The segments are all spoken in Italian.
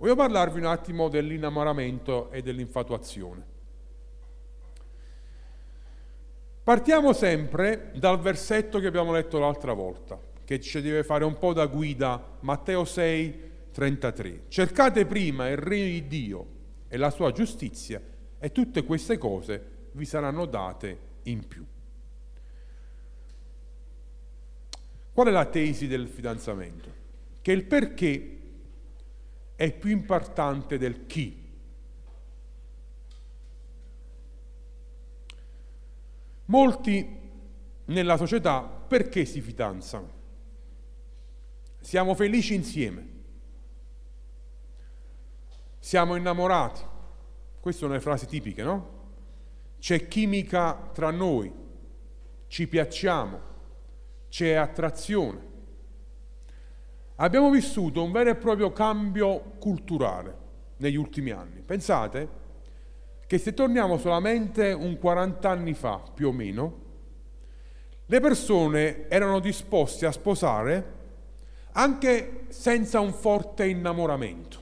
Voglio parlarvi un attimo dell'innamoramento e dell'infatuazione. Partiamo sempre dal versetto che abbiamo letto l'altra volta, che ci deve fare un po' da guida, Matteo 6, 33. Cercate prima il regno di Dio e la sua giustizia e tutte queste cose vi saranno date in più. Qual è la tesi del fidanzamento? Che il perché è più importante del chi. Molti nella società perché si fidanzano? Siamo felici insieme, siamo innamorati, queste sono le frasi tipiche, no? C'è chimica tra noi, ci piacciamo, c'è attrazione. Abbiamo vissuto un vero e proprio cambio culturale negli ultimi anni. Pensate che se torniamo solamente un 40 anni fa, più o meno, le persone erano disposte a sposare anche senza un forte innamoramento.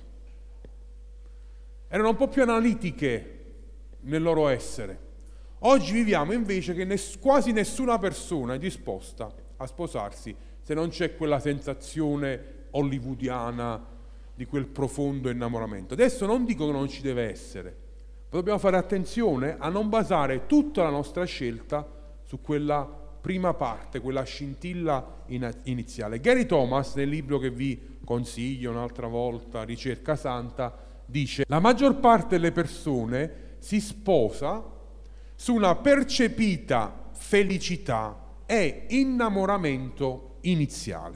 Erano un po' più analitiche nel loro essere. Oggi viviamo invece che quasi nessuna persona è disposta a sposarsi se non c'è quella sensazione hollywoodiana di quel profondo innamoramento. Adesso non dico che non ci deve essere, ma dobbiamo fare attenzione a non basare tutta la nostra scelta su quella prima parte, quella scintilla iniziale. Gary Thomas, nel libro che vi consiglio un'altra volta, Ricerca Santa, dice: la maggior parte delle persone si sposa su una percepita felicità e innamoramento iniziale.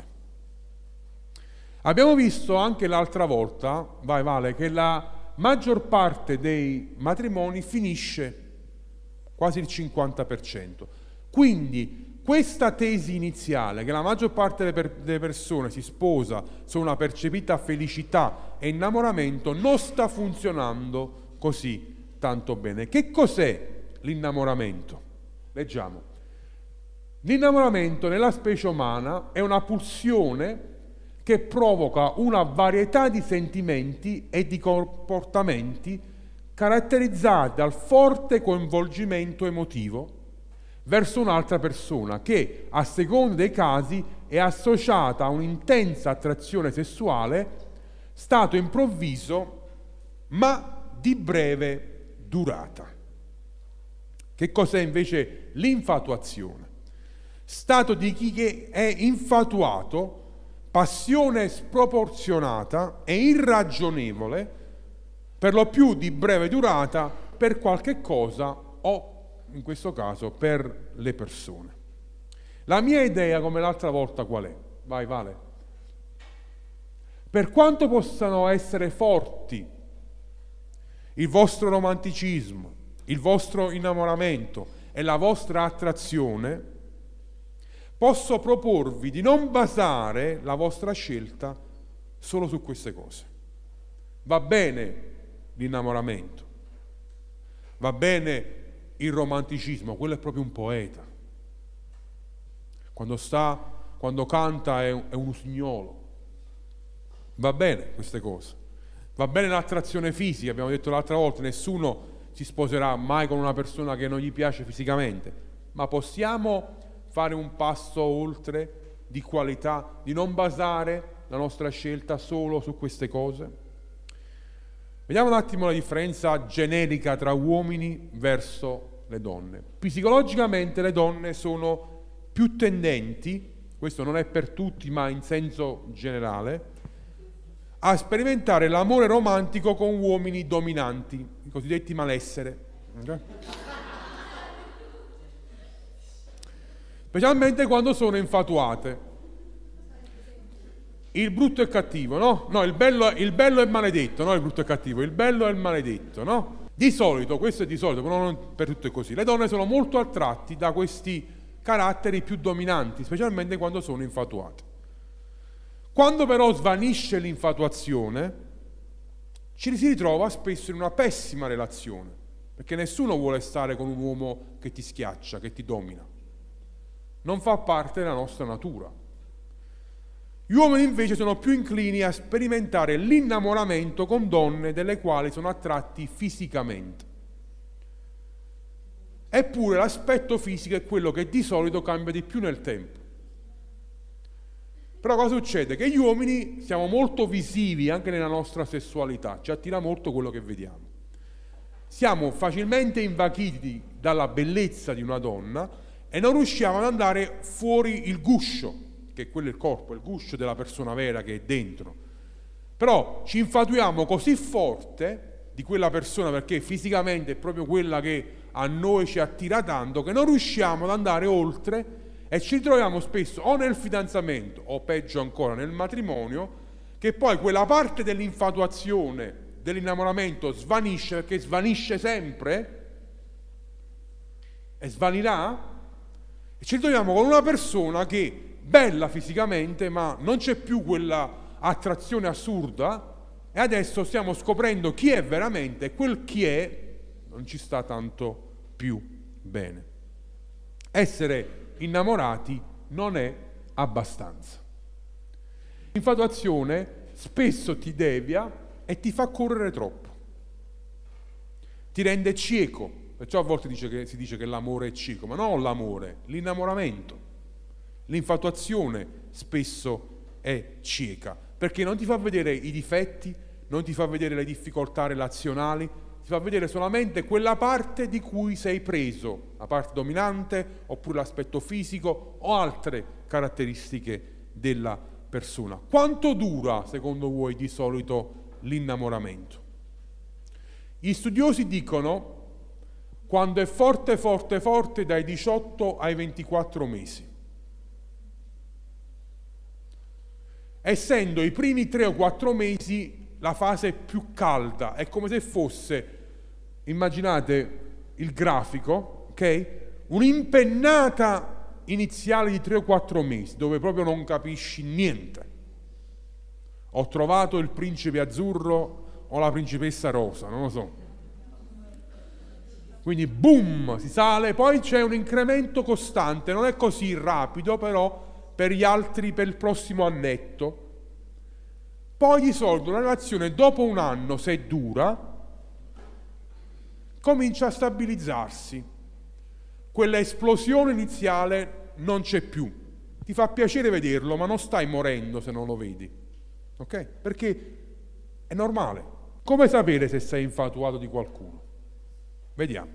Abbiamo visto anche l'altra volta, vai Vale, che la maggior parte dei matrimoni finisce, quasi il 50%. Quindi questa tesi iniziale, che la maggior parte delle persone si sposa su una percepita felicità e innamoramento, non sta funzionando così tanto bene. Che cos'è l'innamoramento? Leggiamo. L'innamoramento nella specie umana è una pulsione che provoca una varietà di sentimenti e di comportamenti caratterizzati dal forte coinvolgimento emotivo verso un'altra persona che, a seconda dei casi, è associata a un'intensa attrazione sessuale, stato improvviso ma di breve durata. Che cos'è invece l'infatuazione? Stato di chi è infatuato, passione sproporzionata e irragionevole, per lo più di breve durata, per qualche cosa o, in questo caso, per le persone. La mia idea, come l'altra volta, qual è? Vai, Vale. Per quanto possano essere forti il vostro romanticismo, il vostro innamoramento e la vostra attrazione, posso proporvi di non basare la vostra scelta solo su queste cose. Va bene l'innamoramento, va bene il romanticismo, quello è proprio un poeta. Quando canta è un usignolo. Va bene queste cose. Va bene l'attrazione fisica, abbiamo detto l'altra volta, nessuno si sposerà mai con una persona che non gli piace fisicamente, ma possiamo fare un passo oltre di qualità, di non basare la nostra scelta solo su queste cose? Vediamo un attimo la differenza generica tra uomini verso le donne. Psicologicamente le donne sono più tendenti, questo non è per tutti ma in senso generale, a sperimentare l'amore romantico con uomini dominanti, i cosiddetti malessere. Okay? Specialmente quando sono infatuate. Il brutto e cattivo, no? No, il bello è maledetto, no? Il brutto e cattivo, il bello è il maledetto, no? Di solito, questo è di solito, però non per tutto è così, le donne sono molto attratti da questi caratteri più dominanti, specialmente quando sono infatuate. Quando però svanisce l'infatuazione, ci si ritrova spesso in una pessima relazione, perché nessuno vuole stare con un uomo che ti schiaccia, che ti domina. Non fa parte della nostra natura. Gli uomini invece sono più inclini a sperimentare l'innamoramento con donne delle quali sono attratti fisicamente. Eppure l'aspetto fisico è quello che di solito cambia di più nel tempo. Però cosa succede? Che gli uomini siamo molto visivi anche nella nostra sessualità, ci attira molto quello che vediamo. Siamo facilmente invaghiti dalla bellezza di una donna e non riusciamo ad andare fuori il guscio, che è quello il corpo, il guscio della persona vera che è dentro. Però ci infatuiamo così forte di quella persona perché fisicamente è proprio quella che a noi ci attira tanto che non riusciamo ad andare oltre e ci ritroviamo spesso o nel fidanzamento o peggio ancora nel matrimonio che poi quella parte dell'infatuazione, dell'innamoramento svanisce perché svanisce sempre e svanirà e ci ritroviamo con una persona che è bella fisicamente ma non c'è più quella attrazione assurda e adesso stiamo scoprendo chi è veramente e quel chi è non ci sta tanto più bene. Essere innamorati non è abbastanza. L'infatuazione spesso ti devia e ti fa correre troppo, ti rende cieco, perciò a volte si dice che l'amore è cieco, ma non l'amore, l'innamoramento, l'infatuazione spesso è cieca, perché non ti fa vedere i difetti, non ti fa vedere le difficoltà relazionali, ti fa vedere solamente quella parte di cui sei preso, la parte dominante, oppure l'aspetto fisico o altre caratteristiche della persona. Quanto dura, secondo voi, di solito l'innamoramento? Gli studiosi dicono quando è forte, forte, forte dai 18 ai 24 mesi. Essendo i primi 3 o 4 mesi la fase più calda, è come se fosse, immaginate il grafico, ok? Un'impennata iniziale di 3 o 4 mesi, dove proprio non capisci niente. Ho trovato il principe azzurro o la principessa rosa, non lo so. Quindi boom, si sale, poi c'è un incremento costante, non è così rapido però per gli altri, per il prossimo annetto. Poi di solito una relazione dopo un anno, se dura, comincia a stabilizzarsi. Quella esplosione iniziale non c'è più. Ti fa piacere vederlo, ma non stai morendo se non lo vedi. Ok? Perché è normale. Come sapere se sei infatuato di qualcuno? Vediamo.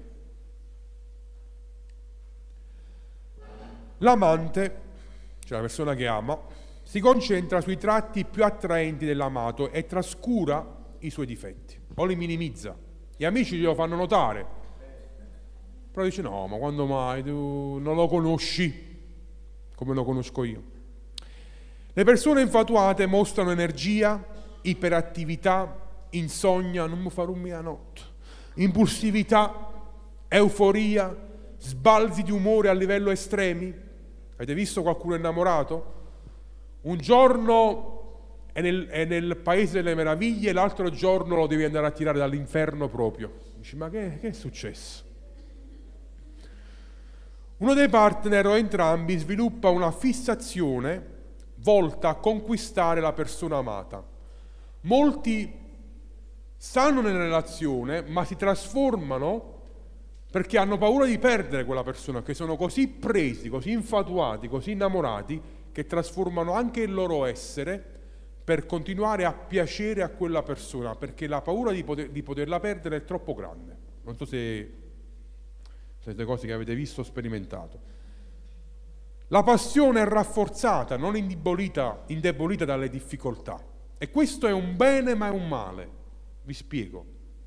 L'amante, cioè la persona che ama, si concentra sui tratti più attraenti dell'amato e trascura i suoi difetti o li minimizza. Gli amici glielo fanno notare, però dice no, ma quando mai, tu non lo conosci come lo conosco io. Le persone infatuate mostrano energia, iperattività, insonnia, non mi farò mia notte, impulsività, euforia, sbalzi di umore a livello estremi. Avete visto qualcuno innamorato? Un giorno è nel paese delle meraviglie, l'altro giorno lo devi andare a tirare dall'inferno proprio. Dici, ma che è successo? Uno dei partner o entrambi sviluppa una fissazione volta a conquistare la persona amata. Molti stanno nella relazione, ma si trasformano perché hanno paura di perdere quella persona, che sono così presi, così infatuati, così innamorati, che trasformano anche il loro essere per continuare a piacere a quella persona, perché la paura di poterla perdere è troppo grande. Non so se siete cose che avete visto o sperimentato. La passione è rafforzata, non indebolita dalle difficoltà. E questo è un bene ma è un male. Vi spiego.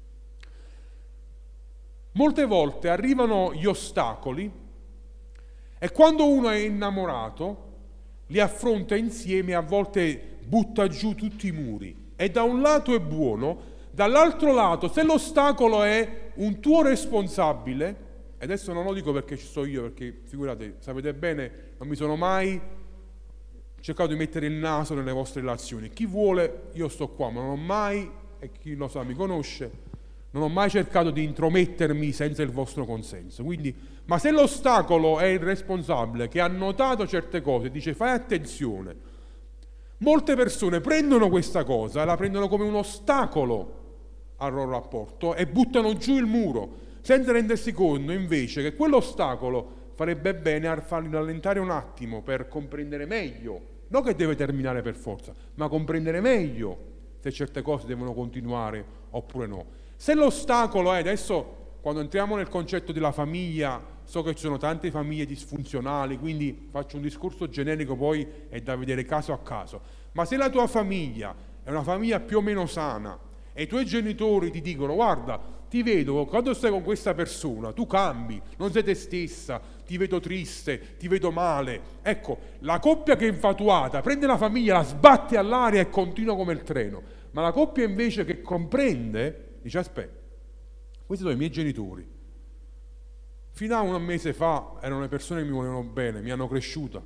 Molte volte arrivano gli ostacoli e quando uno è innamorato li affronta insieme, a volte butta giù tutti i muri. E da un lato è buono, dall'altro lato, se l'ostacolo è un tuo responsabile, e adesso non lo dico perché ci sto io, perché figurate, sapete bene, non mi sono mai cercato di mettere il naso nelle vostre relazioni. Chi vuole, io sto qua, ma non ho mai, e chi lo sa mi conosce, non ho mai cercato di intromettermi senza il vostro consenso. Quindi, ma se l'ostacolo è il responsabile che ha notato certe cose, dice fai attenzione, Molte persone prendono questa cosa e la prendono come un ostacolo al loro rapporto e buttano giù il muro, senza rendersi conto invece che quell'ostacolo farebbe bene a farli rallentare un attimo per comprendere meglio, non che deve terminare per forza, ma comprendere meglio se certe cose devono continuare oppure no. Se l'ostacolo è, adesso quando entriamo nel concetto della famiglia, so che ci sono tante famiglie disfunzionali, quindi faccio un discorso generico, poi è da vedere caso a caso, ma se la tua famiglia è una famiglia più o meno sana e i tuoi genitori ti dicono guarda, ti vedo, quando stai con questa persona, tu cambi, non sei te stessa, ti vedo triste, ti vedo male. Ecco, la coppia che è infatuata prende la famiglia, la sbatte all'aria e continua come il treno. Ma la coppia invece che comprende, dice aspetta, questi sono i miei genitori. Fino a un mese fa erano le persone che mi volevano bene, mi hanno cresciuta,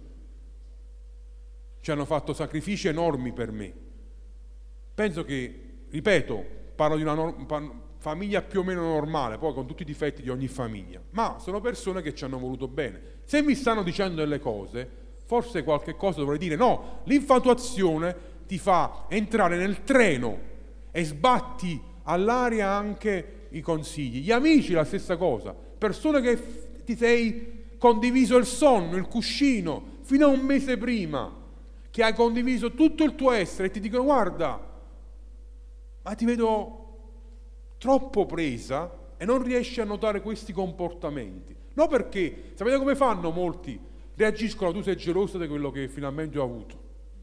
ci hanno fatto sacrifici enormi per me. Penso che, ripeto, parlo di una famiglia più o meno normale, poi con tutti i difetti di ogni famiglia, ma sono persone che ci hanno voluto bene. Se mi stanno dicendo delle cose, forse qualche cosa dovrei dire. No, l'infatuazione ti fa entrare nel treno e sbatti all'aria anche i consigli. Gli amici la stessa cosa, persone che ti sei condiviso il sonno, il cuscino, fino a un mese prima, che hai condiviso tutto il tuo essere e ti dicono guarda, ma ti vedo troppo presa e non riesci a notare questi comportamenti. No, perché, sapete come fanno molti? Reagiscono, tu sei gelosa di quello che finalmente ho avuto.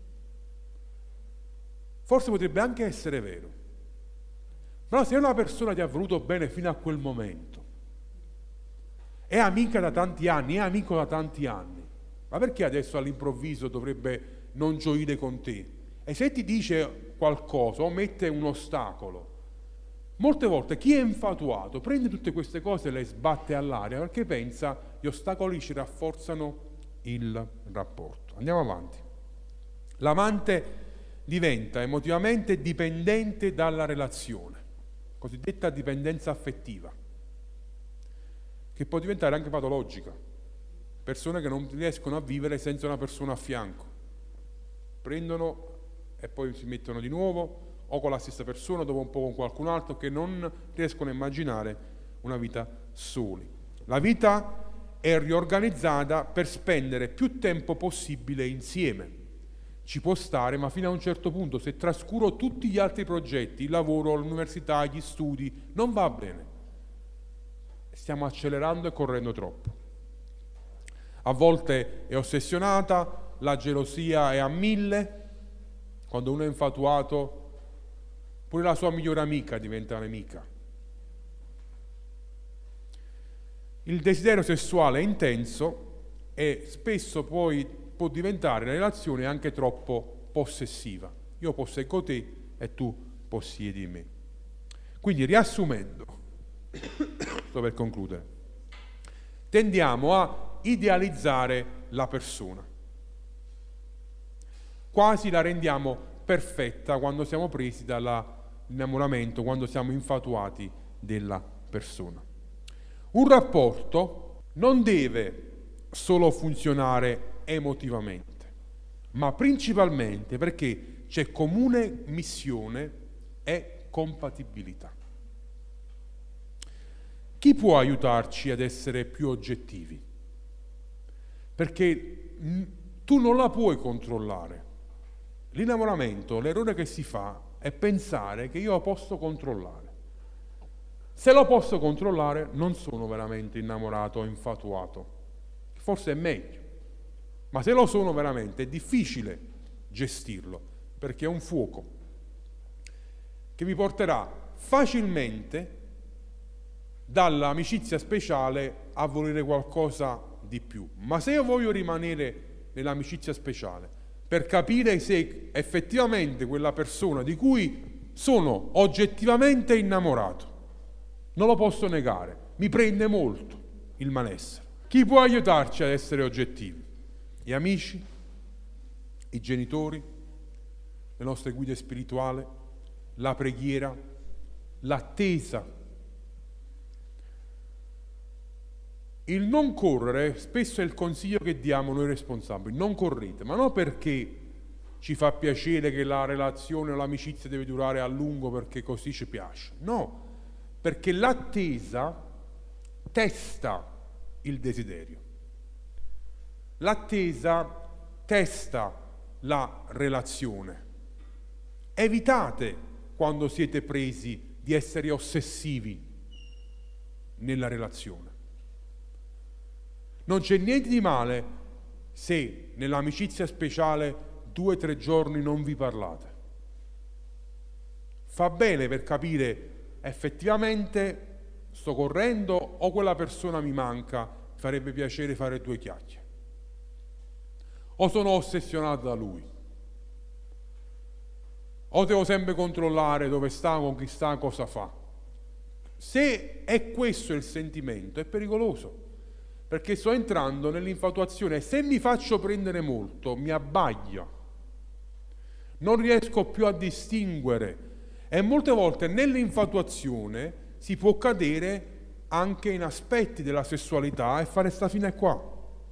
Forse potrebbe anche essere vero, però se una persona ti ha voluto bene fino a quel momento, è amica da tanti anni, è amico da tanti anni, ma perché adesso all'improvviso dovrebbe non gioire con te? E se ti dice qualcosa o mette un ostacolo, molte volte chi è infatuato prende tutte queste cose e le sbatte all'aria perché pensa gli ostacoli ci rafforzano il rapporto. Andiamo avanti. L'amante diventa emotivamente dipendente dalla relazione, cosiddetta dipendenza affettiva, che può diventare anche patologica. Persone che non riescono a vivere senza una persona a fianco, prendono e poi si mettono di nuovo o con la stessa persona, dopo un po' con qualcun altro, che non riescono a immaginare una vita soli. La vita è riorganizzata per spendere più tempo possibile insieme. Ci può stare, ma fino a un certo punto, se trascuro tutti gli altri progetti, il lavoro, l'università, gli studi, non va bene. Stiamo accelerando e correndo troppo. A volte è ossessionata, la gelosia è a 1000, quando uno è infatuato, pure la sua migliore amica diventa nemica. Il desiderio sessuale è intenso e spesso poi può diventare la relazione anche troppo possessiva. Io posseggo te e tu possiedi me. Quindi, riassumendo, sto per concludere, tendiamo a idealizzare la persona. Quasi la rendiamo perfetta quando siamo presi dall'innamoramento, quando siamo infatuati della persona. Un rapporto non deve solo funzionare emotivamente, ma principalmente perché c'è comune missione e compatibilità. Chi può aiutarci ad essere più oggettivi? Perché tu non la puoi controllare. L'innamoramento, l'errore che si fa è pensare che io lo posso controllare. Se lo posso controllare, non sono veramente innamorato o infatuato. Forse è meglio. Ma se lo sono veramente, è difficile gestirlo, perché è un fuoco che mi porterà facilmente dall'amicizia speciale a volere qualcosa di più. Ma se io voglio rimanere nell'amicizia speciale, per capire se effettivamente quella persona di cui sono oggettivamente innamorato, non lo posso negare, mi prende molto il malessere. Chi può aiutarci ad essere oggettivi? Gli amici, i genitori, le nostre guide spirituali, la preghiera, l'attesa. Il non correre spesso è il consiglio che diamo noi responsabili. Non correte, ma non perché ci fa piacere che la relazione o l'amicizia deve durare a lungo perché così ci piace. No, perché l'attesa testa il desiderio. L'attesa testa la relazione. Evitate, quando siete presi, di essere ossessivi nella relazione. Non c'è niente di male se nell'amicizia speciale 2 o 3 giorni non vi parlate. Fa bene per capire effettivamente sto correndo o quella persona mi manca, mi farebbe piacere fare 2 chiacchiere. O sono ossessionato da lui. O devo sempre controllare dove sta, con chi sta, cosa fa. Se è questo il sentimento, è pericoloso, perché sto entrando nell'infatuazione e se mi faccio prendere molto, mi abbaglia. Non riesco più a distinguere e molte volte nell'infatuazione si può cadere anche in aspetti della sessualità e fare sta fine qua.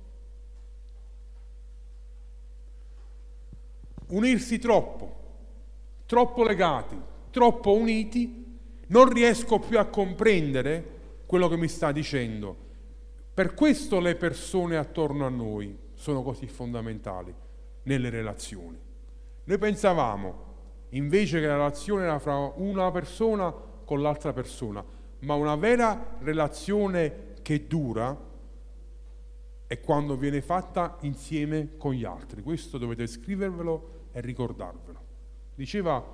Unirsi troppo legati, troppo uniti, non riesco più a comprendere quello che mi sta dicendo. Per questo le persone attorno a noi sono così fondamentali nelle relazioni. Noi pensavamo invece che la relazione era fra una persona con l'altra persona, ma una vera relazione che dura è quando viene fatta insieme con gli altri. Questo dovete scrivervelo e ricordarvelo. Diceva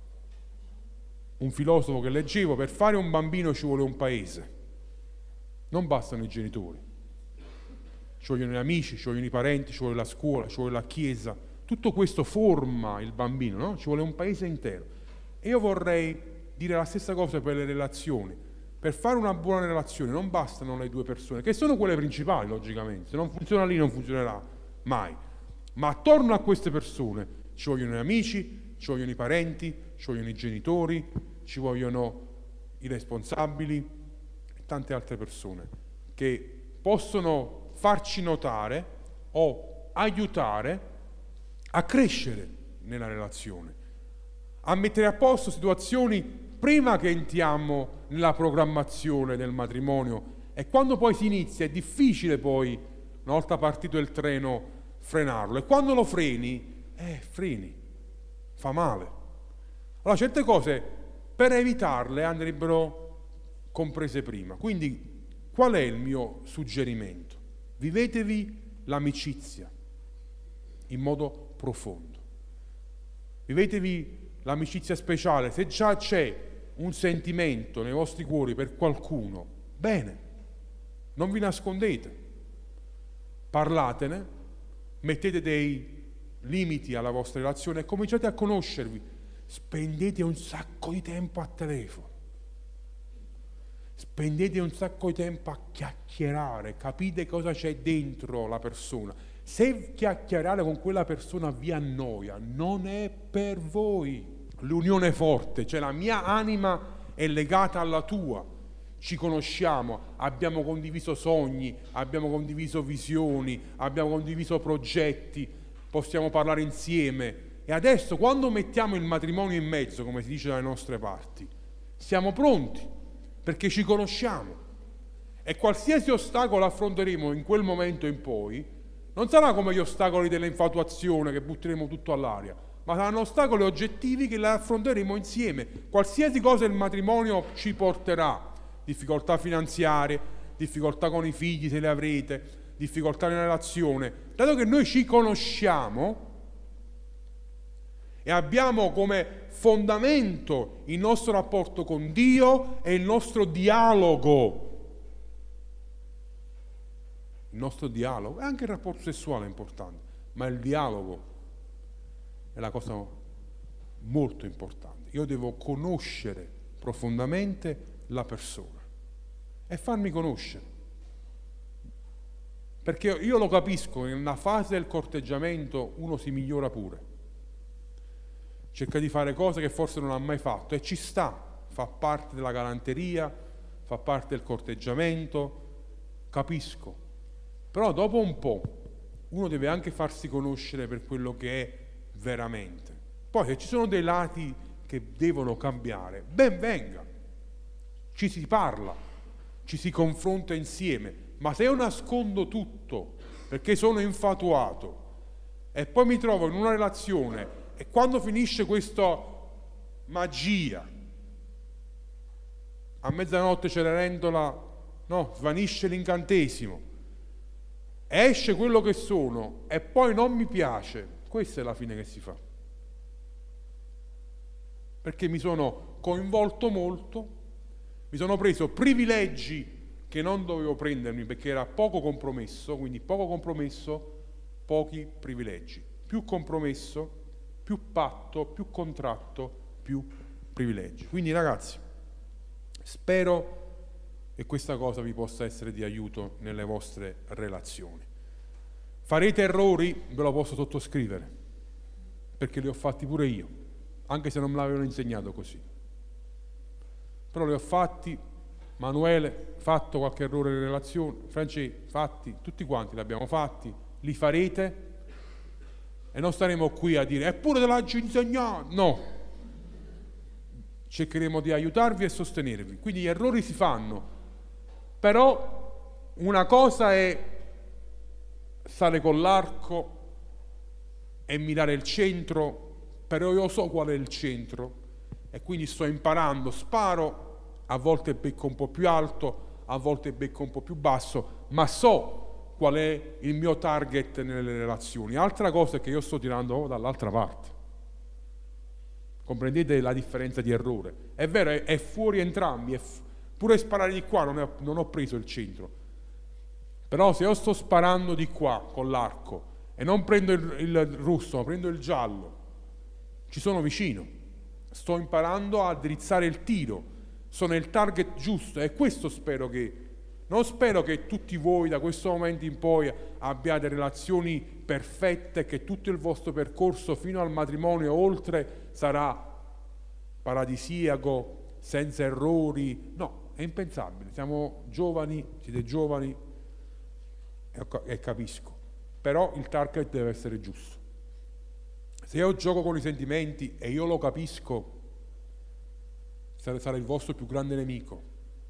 un filosofo che leggevo, per fare un bambino ci vuole un paese, non bastano i genitori, ci vogliono gli amici, ci vogliono i parenti, ci vuole la scuola, ci vuole la chiesa, tutto questo forma il bambino, no? Ci vuole un paese intero. E io vorrei dire la stessa cosa per le relazioni. Per fare una buona relazione non bastano le 2 persone, che sono quelle principali logicamente, se non funziona lì non funzionerà mai, ma attorno a queste persone ci vogliono gli amici, ci vogliono i parenti, ci vogliono i genitori, ci vogliono i responsabili e tante altre persone che possono farci notare o aiutare a crescere nella relazione, a mettere a posto situazioni prima che entriamo nella programmazione del matrimonio e quando poi si inizia è difficile poi, una volta partito il treno, frenarlo e quando lo freni, fa male. Allora certe cose per evitarle andrebbero comprese prima. Quindi qual è il mio suggerimento? Vivetevi l'amicizia in modo profondo. Vivetevi l'amicizia speciale. Se già c'è un sentimento nei vostri cuori per qualcuno, bene, non vi nascondete, parlatene, mettete dei limiti alla vostra relazione e cominciate a conoscervi. Spendete un sacco di tempo a telefono, spendete un sacco di tempo a chiacchierare, capite cosa c'è dentro la persona. Se chiacchierare con quella persona vi annoia, non è per voi. L'unione è forte, cioè la mia anima è legata alla tua, ci conosciamo, abbiamo condiviso sogni, abbiamo condiviso visioni, abbiamo condiviso progetti, possiamo parlare insieme. E adesso quando mettiamo il matrimonio in mezzo, come si dice dalle nostre parti, siamo pronti perché ci conosciamo e qualsiasi ostacolo affronteremo in quel momento in poi non sarà come gli ostacoli dell'infatuazione che butteremo tutto all'aria, ma saranno ostacoli oggettivi che li affronteremo insieme. Qualsiasi cosa il matrimonio ci porterà, difficoltà finanziarie, difficoltà con i figli se le avrete, difficoltà nella relazione, dato che noi ci conosciamo e abbiamo come fondamento il nostro rapporto con Dio e il nostro dialogo. Il nostro dialogo, e anche il rapporto sessuale è importante, ma il dialogo è la cosa molto importante. Io devo conoscere profondamente la persona e farmi conoscere. Perché io lo capisco, in una fase del corteggiamento uno si migliora pure. Cerca di fare cose che forse non ha mai fatto e ci sta, fa parte della galanteria, fa parte del corteggiamento, capisco. Però dopo un po' uno deve anche farsi conoscere per quello che è veramente. Poi se ci sono dei lati che devono cambiare, ben venga, ci si parla, ci si confronta insieme, ma se io nascondo tutto perché sono infatuato e poi mi trovo in una relazione e quando finisce questa magia, a mezzanotte Cenerentola, no, svanisce l'incantesimo, esce quello che sono e poi non mi piace, questa è la fine che si fa. Perché mi sono coinvolto molto, mi sono preso privilegi che non dovevo prendermi perché era poco compromesso, quindi poco compromesso, pochi privilegi. Più compromesso, più patto, più contratto, più privilegi. Quindi ragazzi, spero che questa cosa vi possa essere di aiuto nelle vostre relazioni. Farete errori, ve lo posso sottoscrivere, perché li ho fatti pure io, anche se non me l'avevano insegnato così. Però li ho fatti, Manuele fatto qualche errore in relazione, Francesco fatti, tutti quanti li abbiamo fatti, li farete e non staremo qui a dire eppure te l'hai insegnato, no, cercheremo di aiutarvi e sostenervi. Quindi gli errori si fanno, però una cosa è stare con l'arco e mirare il centro, però io so qual è il centro e quindi sto imparando, sparo, a volte becco un po' più alto, a volte becco un po' più basso, ma so qual è il mio target nelle relazioni. Altra cosa è che io sto tirando dall'altra parte. Comprendete la differenza di errore? È vero, è fuori entrambi, pure sparare di qua non ho preso il centro. Però se io sto sparando di qua con l'arco e non prendo il rosso, ma prendo il giallo, ci sono vicino. Sto imparando a drizzare il tiro. Sono il target giusto e questo non spero che tutti voi da questo momento in poi abbiate relazioni perfette, che tutto il vostro percorso fino al matrimonio oltre sarà paradisiaco, senza errori. No, è impensabile, siamo giovani, siete giovani e capisco, però il target deve essere giusto. Se io gioco con i sentimenti e io lo capisco, sarà il vostro più grande nemico.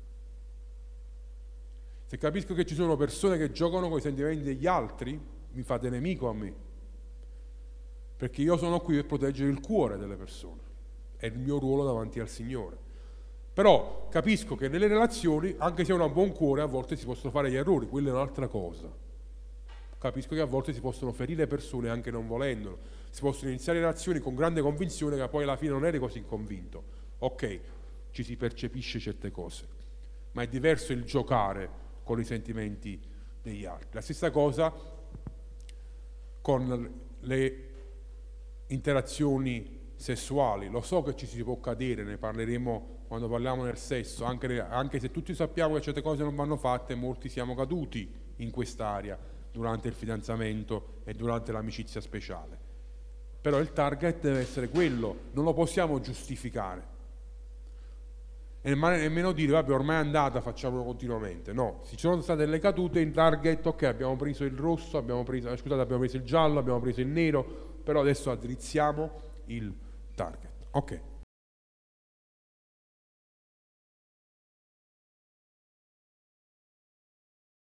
Se capisco che ci sono persone che giocano con i sentimenti degli altri, mi fate nemico a me, perché io sono qui per proteggere il cuore delle persone, è il mio ruolo davanti al Signore. Però capisco che nelle relazioni, anche se ho un buon cuore, a volte si possono fare gli errori, quella è un'altra cosa. Capisco che a volte si possono ferire persone anche non volendolo, si possono iniziare relazioni con grande convinzione che poi alla fine non eri così convinto. Ok, ci si percepisce certe cose, ma è diverso il giocare con i sentimenti degli altri. La stessa cosa con le interazioni sessuali. Lo so che ci si può cadere, ne parleremo quando parliamo del sesso, anche se tutti sappiamo che certe cose non vanno fatte, molti siamo caduti in quest'area durante il fidanzamento e durante l'amicizia speciale. Però il target deve essere quello, non lo possiamo giustificare. E nemmeno dire, vabbè, ormai è andata, facciamolo continuamente. No, se ci sono state delle cadute, il target, ok, abbiamo preso il rosso, abbiamo preso il giallo, abbiamo preso il nero, però adesso addrizziamo il target. Ok.